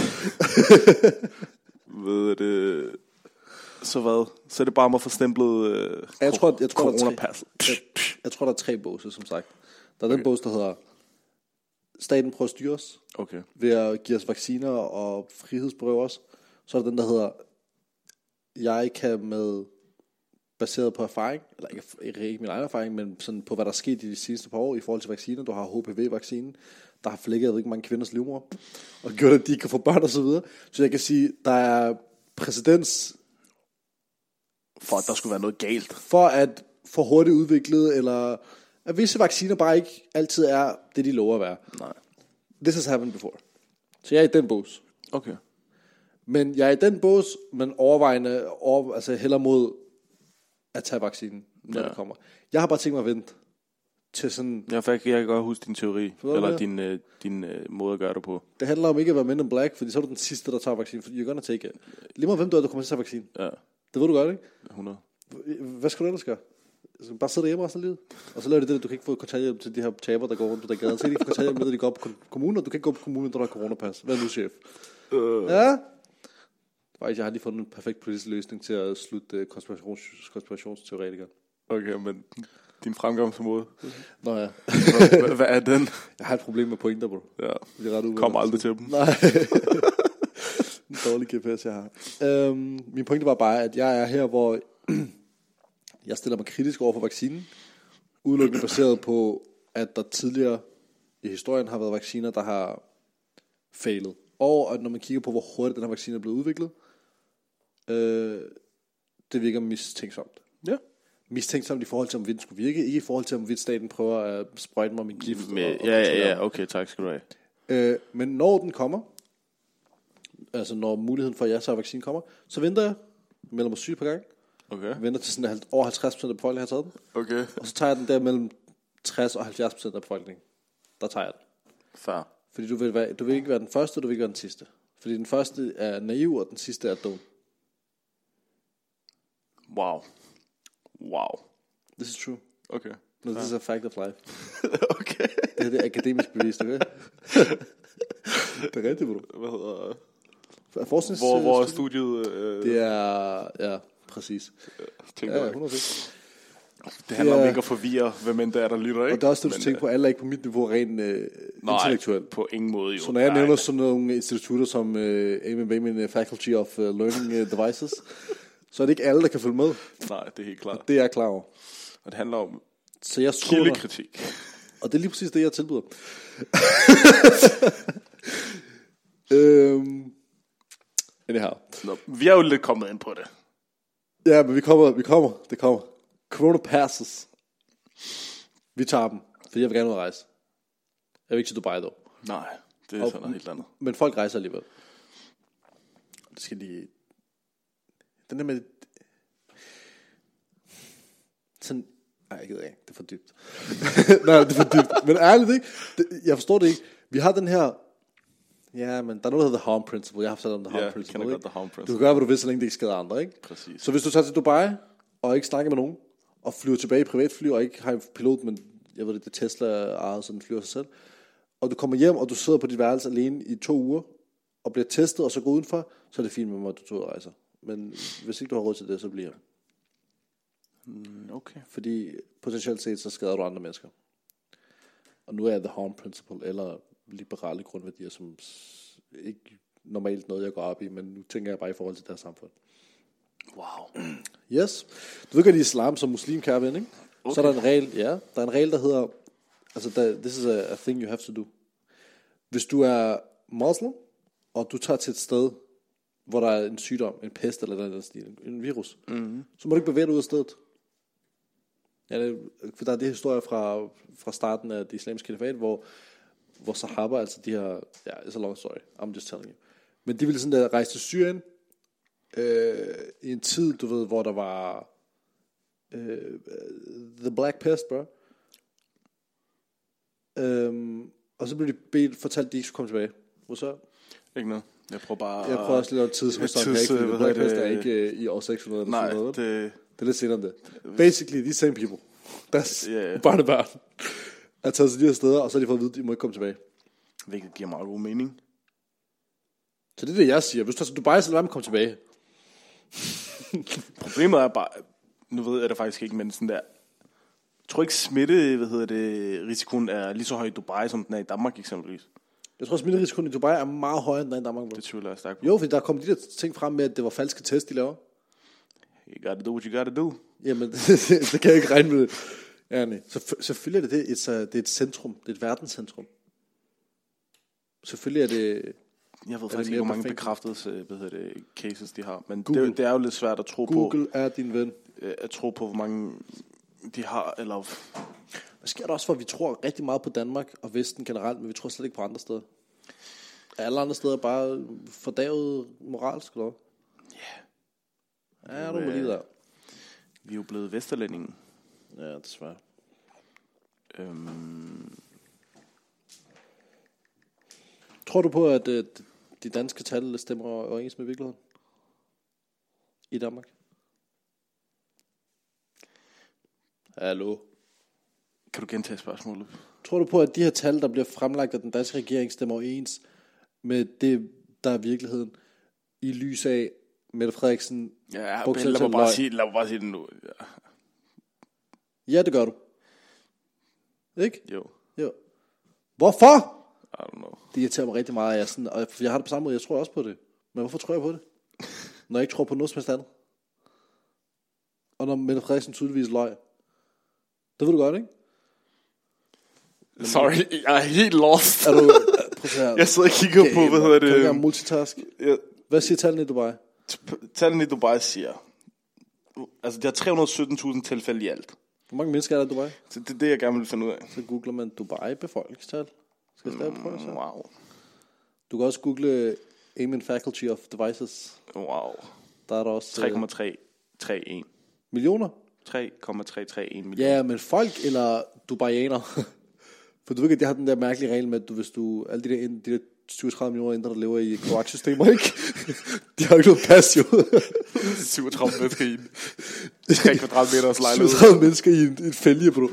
Ved det... Så hvad? Så er det bare om at få stemplet coronapas. Jeg tror, der er 3 båse, som sagt. Der er den bås, der hedder staten prøver at styre os ved at give os vacciner og frihedsberøve os. Så er der den, der hedder jeg kan med baseret på erfaring, eller ikke min egen erfaring, men sådan på hvad der er sket i de seneste par år i forhold til vacciner. Du har HPV-vaccinen, der har flækket, jeg ved ikke, mange kvinders livmor, og gjort, at de ikke kan få børn og så videre. Så jeg kan sige, der er præcedens for at der skulle være noget galt. For at få hurtigt udviklet, eller at visse vacciner bare ikke altid er det, de lover at være. Nej. This has happened before. Så jeg er i den bås. Okay. Men jeg er i den bås, men overvejende, altså heller mod at tage vaccinen, når det kommer. Jeg har bare tænkt mig at vente til sådan... Jeg kan godt huske din teori, eller din måde at gøre det på. Det handler om ikke at være men in black, fordi så er du den sidste, der tager vaccinen, for you're gonna take it. Lige meget hvem du er, du kommer til at tage vaccinen. Ja. Det ved du godt, ikke? 100. Hvad skal du ellers gøre? Så bare sidde derhjemme resten af livet. Og så laver det, du kan ikke få kontanthjælp til de her taber, der går rundt på den gade. Så kan de ikke få kontanthjælp, når de går på kommunen, og du kan ikke gå på kommunen, når der er coronapas. Hvad er nu, chef? Ja? Faktisk, jeg har lige fundet en perfekt politisk løsning til at slutte konspirationsteoretikere. Okay, men din fremgangsmåde. Nå ja. Hvad er den? Jeg har et problem med pointer, bro. Ja. Kommer aldrig til dem. Nej. En dårlig GPS, jeg har. Min pointe var bare, at jeg er her, hvor jeg stiller mig kritisk over for vaccinen. Udelukkende baseret på, at der tidligere i historien har været vacciner, der har failet. Og at når man kigger på, hvor hurtigt den her vaccine er blevet udviklet, det virker mistænksomt. Ja. Mistænksomt i forhold til, om den skulle virke, ikke i forhold til, om staten prøver at sprøjte mig med gift. Ja, okay, tak skal du have. Men når den kommer, altså når muligheden for, at jeg tager vaccinen kommer, så venter jeg, melder mig syg på gang. Okay. Jeg venter til sådan over 50% af befolkningen har taget den. Okay. Og så tager jeg den der mellem 60 og 70% af befolkningen. Der tager jeg den. Fair. Fordi du vil ikke være den første, du vil ikke være den sidste. Fordi den første er naiv, og den sidste er dum. Wow. This is true. Okay. No, this is a fact of life. Okay. Det er akademisk bevist, okay? Det er rigtigt, bro. Hvad hedder Hvor er studiet? Det er, ja, præcis. Ja, 100%. Det handler om ikke at forvirre, hvem end der er, der lytter, ikke? Og der er også det, du tænker på, alle er ikke på mit niveau rent intellektuelt. På ingen måde, jo. Så når jeg nævner sådan nogle institutter som Amen Faculty of Learning Devices, så er det ikke alle, der kan følge med. Nej, det er helt klart. Og det er jeg klar over. Og det handler om så jeg kildekritik. Og det er lige præcis det, jeg tilbyder. Anyhow. Vi er jo lidt kommet ind på det. Ja, men det kommer. Corona passes. Vi tager dem, for jeg vil gerne ud at rejse. Jeg vil ikke til Dubai, dog. Nej, det er sådan noget helt andet. Men folk rejser alligevel. Det skal de... Den der med... Sådan... Nej, jeg gider ikke. Det er for dybt. Nej, det er for dybt. Men ærligt, ikke? Jeg forstår det ikke. Vi har den her... Ja, men der er noget, der hedder The Harm Principle. Jeg har fortalt om The Harm Principle. Godt The Harm Principle. Du kan gøre, hvad du vil, så længe det ikke skader andre, ikke? Præcis. Så hvis du tager til Dubai, og ikke snakker med nogen, og flyver tilbage i privatfly, og ikke har en pilot, men jeg ved det er Tesla ejet, så den flyver sig selv, og du kommer hjem, og du sidder på dit værelse alene i 2 uger, og bliver testet, og så går udenfor, så er det fint med mig, at du tager ud og rejser. Men hvis ikke du har råd til det, så bliver okay. Fordi potentielt set, så skader du andre mennesker. Og nu er The Harm Principle, eller liberale grundværdier, som ikke normalt noget, jeg går op i, men nu tænker jeg bare i forhold til deres samfund. Wow. Yes. Du ved godt, i islam som muslim, kære ven, ikke? Okay. Så er der en regel, der er en regel, der hedder, altså, this is a thing you have to do. Hvis du er muslim, og du tager til et sted, hvor der er en sygdom, en pest eller noget stil, en virus, så må du ikke bevæge dig ud af stedet. Ja, for der er det historie fra starten af det islamiske kalifat, hvor sahaba, altså de her, it's a long story, I'm just telling you. Men de ville sådan der rejse til Syrien, i en tid, du ved, hvor der var the black pest, bro. Og så blev de fortalt, at de ikke skulle komme tilbage. Hvor så? Ikke noget. Jeg prøver også lidt over tidshorisont. The black pest er ikke i år 600 eller nej, sådan noget. Det Det er lidt senere end det. Basically, these same people. Deres Yeah. barnebarn er taget til de her steder, og så har de fået at vide, at de må ikke komme tilbage. Hvilket giver meget god mening. Så det er det, jeg siger. Hvis du tager til Dubai, så lad mig komme tilbage. Problemet er bare, nu ved jeg det faktisk ikke, men sådan der, jeg tror ikke smitte, risikoen er lige så høj i Dubai, som den er i Danmark eksempelvis. Jeg tror, at smitterisikoen i Dubai er meget højere, end den er i Danmark. Det tvivler jeg stærkt på. Jo, fordi der kom de der ting frem med, at det var falske test, de laver. You gotta do what you gotta do. Jamen, det kan jeg ikke regne med. Ja, nej. Selvfølgelig er det. Det er et centrum. Det er et verdenscentrum. Selvfølgelig er det... Jeg ved faktisk ikke, hvor mange bekræftede cases de har. Men det er jo lidt svært at tro på. Google er din ven. At tro på, hvor mange de har. Eller... Hvad sker der også for, at vi tror rigtig meget på Danmark og Vesten generelt, men vi tror slet ikke på andre steder? Er alle andre steder bare fordavet moralsk, eller? Ja, du må lige der. Vi er jo blevet vesterlændinge. Ja, desværre. Tror du på, at de danske tal stemmer overens med virkeligheden? I Danmark? Hallo? Kan du gentage spørgsmålet? Tror du på, at de her tal, der bliver fremlagt af den danske regering, stemmer overens med det, der er virkeligheden, i lys af Mette Frederiksen? Ja, lad mig bare sige det nu. Ja, det gør du. Ikke? Jo. Hvorfor? I don't know. Det irriterer mig rigtig meget. Jeg har det på samme måde. Jeg tror også på det. Men hvorfor tror jeg på det? Når jeg ikke tror på noget som helst andet. Og når Mette Frederiksen tydeligvis løg. Det ved du godt, ikke? Sorry, jeg er helt lost. Er du... Jeg sidder og kigger på, hvad hedder det? Kan du ikke multitask? Ja. Hvad siger tallene i Dubai? Tallene i Dubai siger... Altså, der er 317.000 tilfælde i alt. Hvor mange mennesker er der i Dubai? Så det er det, jeg gerne vil finde ud af. Så googler man Dubai befolkningstal. Skal jeg stadig prøve så? Wow. Du kan også google Aim and Faculty of Devices. Wow. Der er der også... 3,331. Millioner? 3,331 millioner. Ja, men folk eller dubaianer. For du ved ikke, at de har den der mærkelige regel med, at hvis du... Alle de der 37 millioner indre, der lever i kloaksystemer, ikke? De har ikke noget pas, jo. 37 mennesker i en 3 kvadratmeters lejlighed. 37 mennesker i en fælge, bro.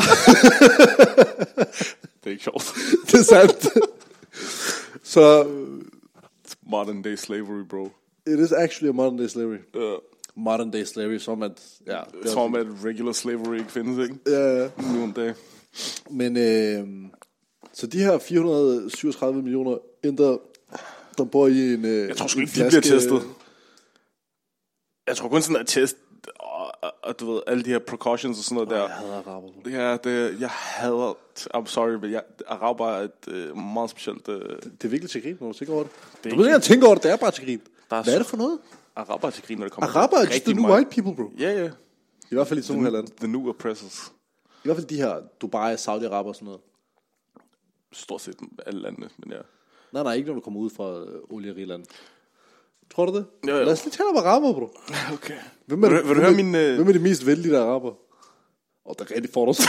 Det er ikke sjovt. Det er sandt. Så... Modern day slavery, bro. It is actually a modern day slavery. Modern day slavery, som at... Ja, som at regular slavery ikke findes, ikke? Ja. Nu en dag. Men... Så de her 437 millioner indre, der bor i en... Jeg tror sgu ikke, de bliver testet. Jeg tror kun sådan en test, og du ved, alle de her precautions og sådan noget der. Jeg hader araber. Ja, jeg hader... I'm sorry, men araber er et meget specielt... Det er virkelig til grin, når du tænker over det. Du ved ikke, jeg tænker over det, det er bare til grin. Hvad er det for noget? Araber er til grin, når det kommer araber er just the new white people, bro. Ja. I hvert fald i sådan nogle her lande. The new oppressors. I hvert fald de her Dubai, Saudi-Araber og sådan noget. Stort set alle landene, men ja. Nej, ikke når du kommer ud fra olierige lande. Tror du det? Jo. Lad os lige tale om araber, bro. Okay. Hvem er de mest vældige araber? Det er rigtig fordomsfuldt.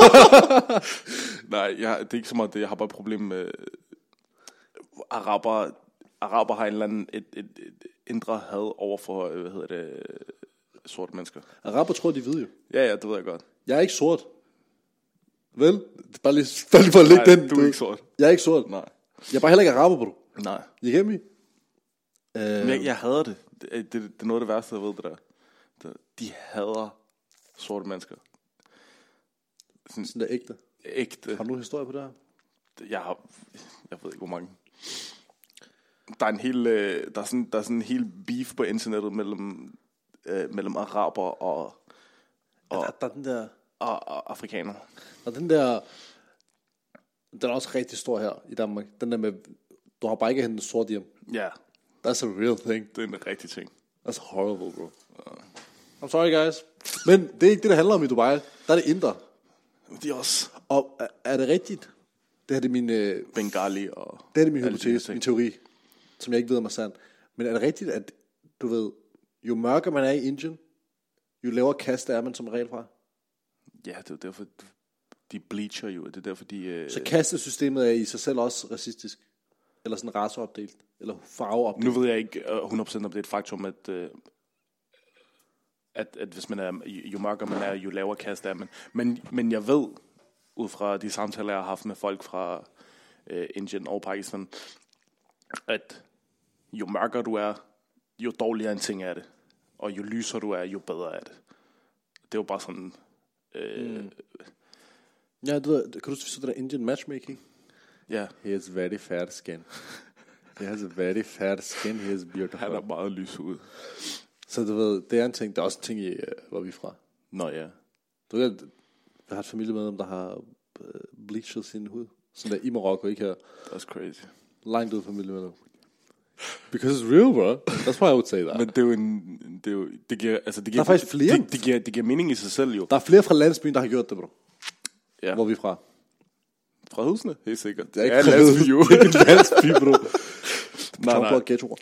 Nej, det er ikke så meget det. Jeg har bare et problem med araber har en eller anden et indre had over for, sorte mennesker. Araber tror, de er hvide jo. Ja, det ved jeg godt. Jeg er ikke sort. Vel? Det er bare lige for at lægge den. Du er ikke sort. Jeg er ikke sort. Nej. Jeg er bare heller ikke araber, bro. Nej. You get me? Men jeg hader det. Det er noget af det værste, jeg ved, det der. De hader sorte mennesker. Sådan der ægte. Ægte. Har du nogen historie på det her? Jeg ved ikke, hvor mange. Der er en hel, der er sådan en hel beef på internettet mellem araber og der er den der... Og afrikaner. Og den der... Den er også rigtig stor her i Danmark. Den der med... Du har bare ikke hentet sort hjem. Ja. Yeah. That's a real thing. Det er en rigtig ting. That's horrible, bro. I'm sorry, guys. Men det er ikke det, der handler om i Dubai. Der er det indre. De også. Og er det rigtigt? Det her er min... Bengali og... Det er min hypotese, min teori. Som jeg ikke ved om er sand. Men er det rigtigt, at du ved... Jo mørkere man er i Indien, jo lavere kaste er man som regel fra? Ja, det er derfor... De bleacher jo. Det er derfor, de... Så kastesystemet er i sig selv også racistisk? Eller sådan raceopdelt? Eller farveopdelt? Nu ved jeg ikke 100% om det er et faktum, at hvis man er, jo mørkere man er, jo lavere kast er man. Men jeg ved, ud fra de samtaler, jeg har haft med folk fra Indien og Pakistan, at jo mørkere du er, jo dårligere en ting er det. Og jo lysere du er, jo bedre er det. Det er jo bare sådan... Ja, du ved, kan du se det der Indian matchmaking? Ja. He has very fair skin. He has a very fair skin. He is beautiful. Han er meget lys ud. Så du ved, det er en ting. Der er også en ting i, hvor vi er fra. Nå ja. Du ved, jeg har et familiemedlem, der har bleachet sin hud. Sådan der i Marokko, ikke her. That's crazy. Langt ud familiemedlem. Because it's real, bro. That's why I would say that. Men det er jo det giver, altså det giver, der er faktisk flere. Det giver mening i sig selv jo. Der er flere fra landsbyen, der har gjort det, bro. Ja. Hvor er vi fra? Fra husene, helt sikkert. Det er ikke landsby, jo. Det er ikke landsby, bro. Nej.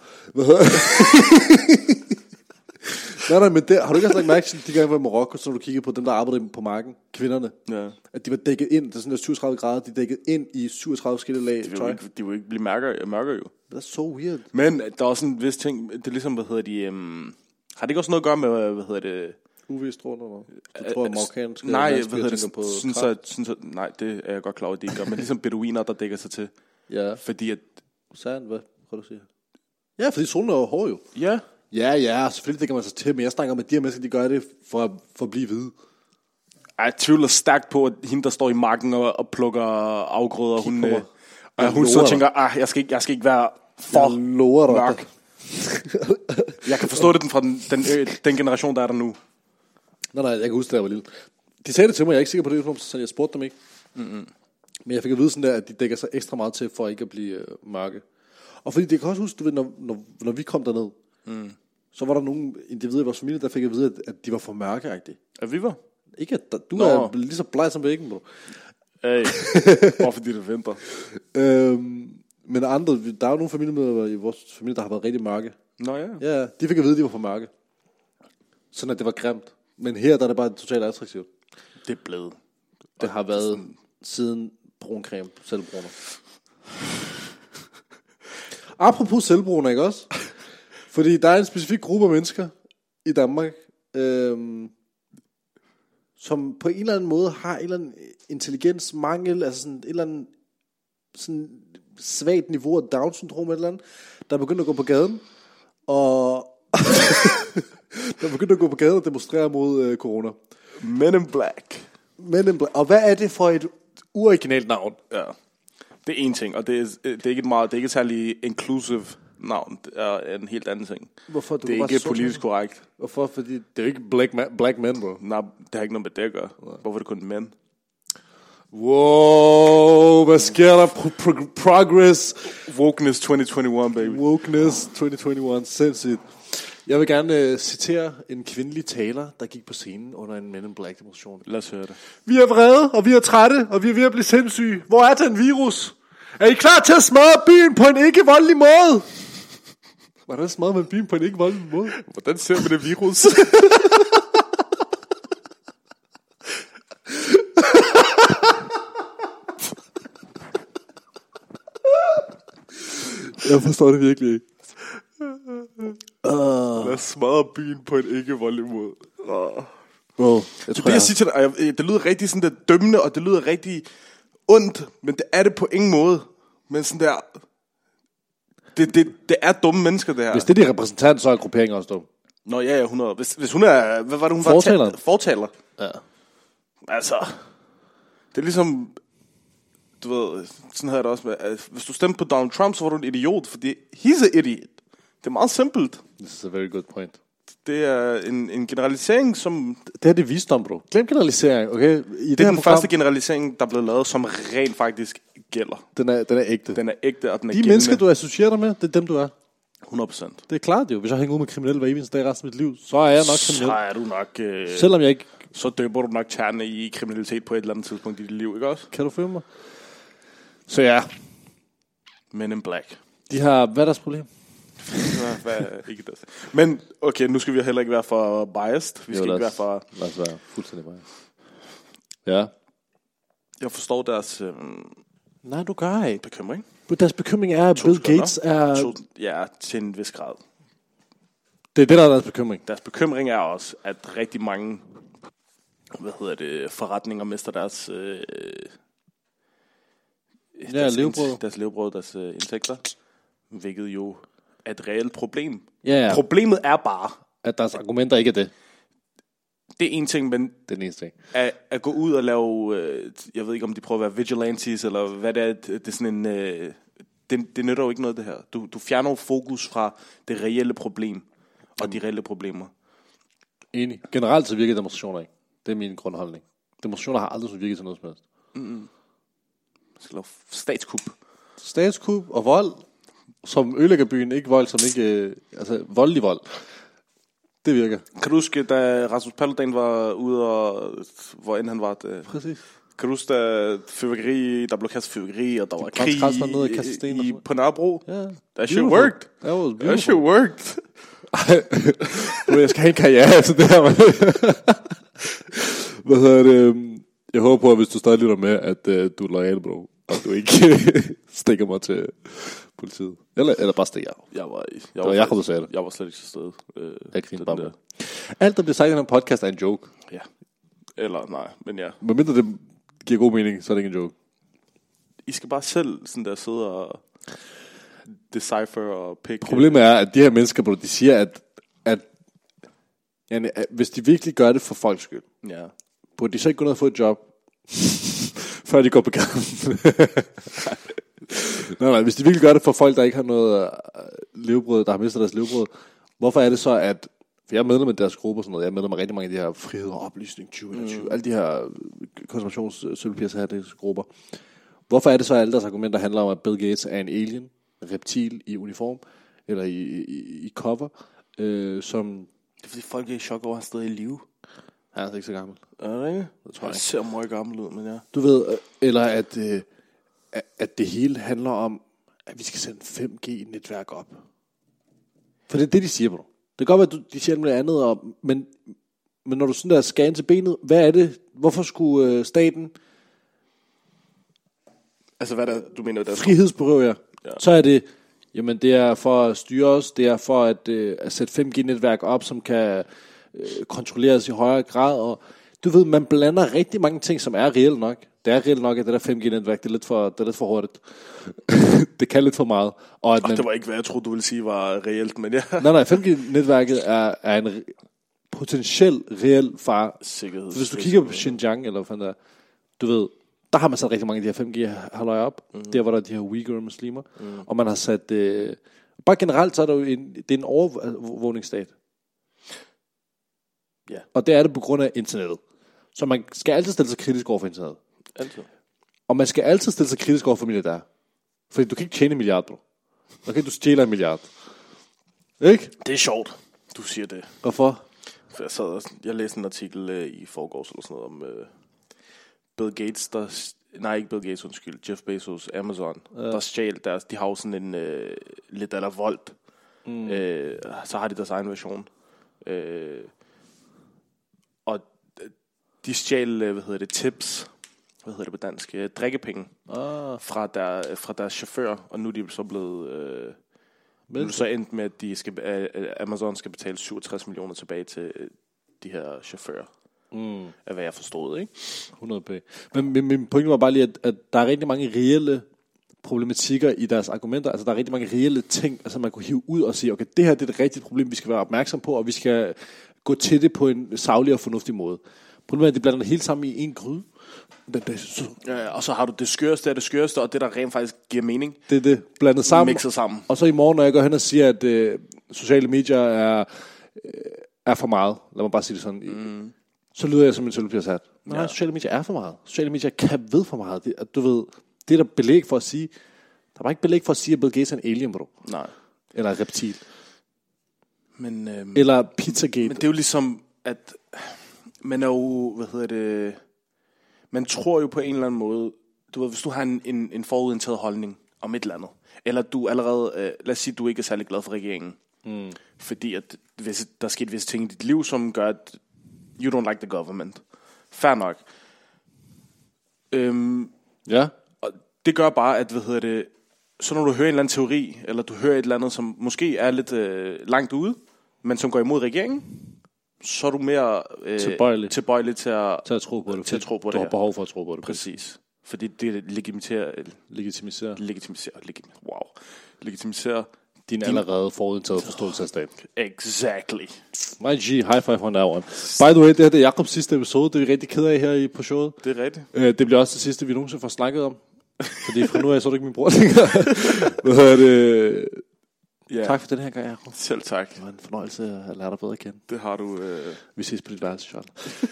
Nej, men det, har du ikke også lagt mærke til de gange var i Marokko, så når du kiggede på dem, der arbejdede på marken, kvinderne, at de var dækket ind, det er sådan der 37 grader, de er dækket ind i 37 forskellige lag tøj. De vil ikke blive mørkere jo. That's so weird. Men der er også en vis ting, det er ligesom, har det ikke også noget at gøre med, UV-stråler, du tror, marokkanske nej, nej, det er jeg godt klar over, det ikke gør, men ligesom beduiner, der dækker sig til. Ja. Fordi at... Hvad du siger? Ja, fordi solen er jo hård jo. Ja. Ja, selvfølgelig dækker man sig til, men jeg snakker om, at de her mennesker, de gør det for at blive hvide. Jeg tvivler stærkt på, at hende, der står i marken og plukker afgrøder, hun så tænker, jeg skal ikke være for mørk. Jeg kan forstå det fra den generation, der er der nu. Nej, jeg kan huske, da jeg var lille. De sagde det til mig, jeg er ikke sikker på det, så jeg spurgte dem ikke. Mm-hmm. Men jeg fik at vide sådan der, at de dækker sig ekstra meget til, for ikke at blive mørke. Og fordi det kan også huske, du ved, når vi kom derned, så var der nogle individer i vores familie, der fik at vide, at de var for mørkeagtige. At vi var? Ikke at du er lige så bleg som væggen, bro. Hey, bare fordi det venter. Men andre, der er jo nogle familiemedlemmer i vores familie, der har været rigtig mørke. Nå ja. Ja, de fik at vide, at de var for mørke. Sådan at det var grimt. Men her, der er det bare totalt attraktivt. Det er blevet. Det har været siden bruncreme, selvbruner. Apropos selvbruner, ikke også? Fordi der er en specifik gruppe af mennesker i Danmark, som på en eller anden måde har en eller anden intelligensmangel, altså sådan et eller andet sådan svagt niveau af Down-syndrom eller andet, der er begyndt at gå på gaden og demonstrere mod corona. Men in Black. Og hvad er det for et uoriginalt navn? Ja. Det er en ting, og det er ikke et særlig inclusive navn. Det er en helt anden ting. Hvorfor? Det er ikke politisk korrekt. Hvorfor? Fordi det er jo ikke black men, bro. Nej, det har ikke noget med det at gøre. Hvorfor er det kun mænd? Wow, hvad sker der? Progress. Wokeness 2021, baby. Wokeness 2021, sindssygt. Jeg vil gerne citere en kvindelig taler, der gik på scenen under en Men in Black demonstration. Lad os høre det. Vi er vrede, og vi er trætte, og vi er ved at blive sindssyge. Hvor er den virus? Er I klar til at smadre byen på en ikke-voldelig måde? Hvordan smadrer man byen på en ikke-voldelig måde? Hvordan ser man det virus? Jeg forstår det virkelig ikke. Lad os smadre byen på en ikke-voldelig måde. Jeg siger til dig, det lyder rigtig sådan der dømmende, og det lyder rigtig ondt, men det er det på ingen måde. Men sådan der, det er dumme mennesker, det her. Hvis det er de repræsentanter, så er grupperingen også dum. Nå ja, 100. Hvis hun er, hvad var det hun var? Fortaler. Ja. Altså, det er ligesom, du ved, sådan havde jeg det også med, at hvis du stemte på Donald Trump, så var du en idiot, fordi he's an idiot. Det er meget simpelt. This is a very good point. Det er en generalisering, som... Det er det visdom, bro. Glem generalisering, okay? Det er den første generalisering, der er blevet lavet, som rent faktisk gælder. Den er ægte. Den er ægte, og den er gældende. De mennesker, du associerer dig med, det er dem, du er. 100%. Det er klart jo. Hvis jeg hænger ud med kriminelle hver eneste dag resten af mit liv, så er jeg nok kriminel. Så er du nok... Selvom jeg ikke... Så døber du nok tærne i kriminalitet på et eller andet tidspunkt i dit liv, ikke også? Kan du følge mig? Så ja. Men in Black. De har... Hvad er deres problem? Ikke det. Men okay, nu skal vi heller ikke være for biased. Vi skal ikke være for... Lad os være fuldstændig biased. Ja. Jeg forstår deres... Nej, du gør ikke. Bekymring. Deres bekymring er, at Bill Gates er... Ja, til en vis grad. Det er det, der er deres bekymring. Deres bekymring er også, at rigtig mange forretninger mister deres levebrød. Deres levebrød, deres indtægter, hvilket jo er et reelt problem. Ja. Problemet er bare, at deres argumenter ikke er det. Det er en ting, men det er den eneste ting. At gå ud og lave, jeg ved ikke om de prøver at være vigilantes, eller hvad det er, det er sådan en, det nytter jo ikke noget det her. Du fjerner jo fokus fra det reelle problem, og de reelle problemer. Enig. Generelt så virker demonstrationer ikke. Det er min grundholdning. Demonstrationer har aldrig så virket til noget som helst. Skal lave statskup. Statskup og vold, som ødelægger byen, ikke vold, som ikke, voldelig vold. Det virker. Kan du huske, da Rasmus Paludan var ude, og hvor end han var? Præcis. Kan du huske, da fyrværkeri, der blev kastet fyrværkeri, og der var krig på Nørrebro? Yeah. That shit worked. That shit worked. Jeg skal have en karriere efter det her, man. Hvad hedder det? Jeg håber på, at hvis du stadig lytter med, at du er loyal, bro, og du ikke stikker mig til politiet. Eller bare stikker af. Jeg var slet ikke til stede. Jeg griner bare med. Alt, der bliver sagt i den podcast, er en joke. Ja. Eller nej, men ja. Men mindre det giver god mening, så er det ikke en joke. I skal bare selv sådan der sidde og decipher og pick. Problemet er, at de her mennesker, bro, de siger, at hvis de virkelig gør det for folks skyld, burde de så ikke gå ned og få et job, før de går på gaden? nej, hvis de virkelig gør det for folk, der ikke har noget levebrød, der har mistet deres levebrød, hvorfor er det så, at, for jeg er medlem af deres gruppe og sådan noget, jeg er medlem af rigtig mange af de her frihed og oplysning 2021, alle de her konservationssølvpjæser her, disse grupper. Hvorfor er det så, at alle deres argumenter handler om, at Bill Gates er en alien, en reptil i uniform, eller i cover, som... Det er fordi folk er i chok over, at han stadig i live. Han er altså ikke så gammel. Er det ikke? Det tror jeg. Han ser meget gammel ud, men ja. Du ved, eller at det hele handler om, at vi skal sende 5G-netværk op. For det er det, de siger, bro. Det kan godt være, at de siger noget andet om, men når du sådan der skal ind til benet, hvad er det? Hvorfor skulle staten... Altså hvad der, du mener, der frihedsberøve jer? Ja. Så er det, jamen det er for at styre os, det er for at sætte 5G-netværk op, som kan kontrolleres i højere grad, og du ved, man blander rigtig mange ting, som er reelt nok. Det er reelt nok, at det der 5G-netværk, det er lidt for hurtigt. Det kan lidt for meget. Og at det var ikke, hvad jeg troede, du ville sige var reelt, men ja. Nej, 5G-netværket er en potentiel reel fare. Sikkerhed. Hvis du kigger på Xinjiang, eller hvad fanden der, du ved, der har man sat rigtig mange af de her 5G-halløjer op. Der var der de her Uyghur-muslimer. Og man har sat... bare generelt, så er der jo det er en overvågningsstat. Ja. Og det er det på grund af internettet. Så man skal altid stille sig kritisk over for internettet. Altid. Og man skal altid stille sig kritisk over for milliardær. Fordi du kan ikke tjene 1 milliard, bro. Du kan ikke stjæle 1 milliard. Ikke? Det er sjovt, du siger det. Hvorfor? For jeg læste en artikel i forgårs eller sådan noget om Bill Gates, ikke Bill Gates, undskyld, Jeff Bezos, Amazon, der stjal deres, de har jo sådan en lidt eller Volt. Så har de deres egen version. Og de stjal, tips, på dansk, drikkepenge fra deres chauffør, og nu er de så blevet... Nu er det så endt med, at Amazon skal betale 67 millioner tilbage til de her chauffører. Af hvad jeg forstod, ikke? 100p. Men min pointe var bare lige, at der er rigtig mange reelle problematikker i deres argumenter. Altså der er rigtig mange reelle ting, altså man kunne hive ud og sige, okay, det her det er et rigtigt problem, vi skal være opmærksom på, og vi skal gå til det på en saglig og fornuftig måde. Problemet er, at de blander det hele sammen i en gryde. Ja, og så har du det skøreste af det skøreste, og det der rent faktisk giver mening. Det er det, blandet sammen. Mixet sammen. Og så i morgen, når jeg går hen og siger, at sociale medier er for meget, lad mig bare sige det sådan, så lyder jeg som en sølvpjærshat. Nej, sociale medier er for meget. Sociale medier kan ved for meget. Du ved, det er der belæg for at sige. Der er bare ikke belæg for at sige, at Bill Gates er en alien, bro. Nej. Eller en reptil. Men, eller Pizzagate. Men det er jo ligesom, at man er jo, man tror jo på en eller anden måde, du ved, hvis du har en forudindtaget holdning om et eller andet, eller du allerede, lad os sige, at du ikke er særlig glad for regeringen, fordi at der skete visse ting i dit liv, som gør, at you don't like the government. Fair nok. Ja. Og det gør bare, at, så når du hører en eller anden teori, eller du hører et eller andet, som måske er lidt langt ude, men som går imod regeringen, så er du mere tilbøjelig til at tro på det. Til at tro på du det har behov for at tro på det. Præcis. Fordi det legitimiserer din allerede forudtaget forståelse af staten. Exactly. My G, high five on that one. By the way, det her er Jakobs sidste episode. Det er vi rigtig ked af her på showet. Det er rigtigt. Det bliver også det sidste, vi nogensinde får snakket om. Fordi fra nu af, så er du ikke min bror længere. Yeah. Tak for den her gang, Jakob. Selv tak. Det var en fornøjelse at lære dig bedre at kende. Det har du. Vi ses på dit værelse, Charles.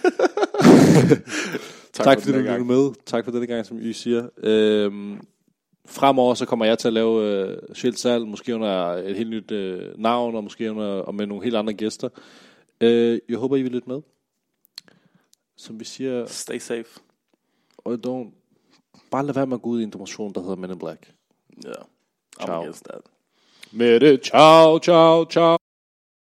tak fordi du lyttede med. Tak for denne gang, som I siger. Fremover så kommer jeg til at lave Sjæl Salg, måske under et helt nyt navn, og måske og med nogle helt andre gæster. Jeg håber, I vil lytte med. Som vi siger... Stay safe. Og bare lad være med at gå ud i en demonstration, der hedder Men in Black. Ja. Ciao. I'm against that. Med det. Ciao, ciao, ciao.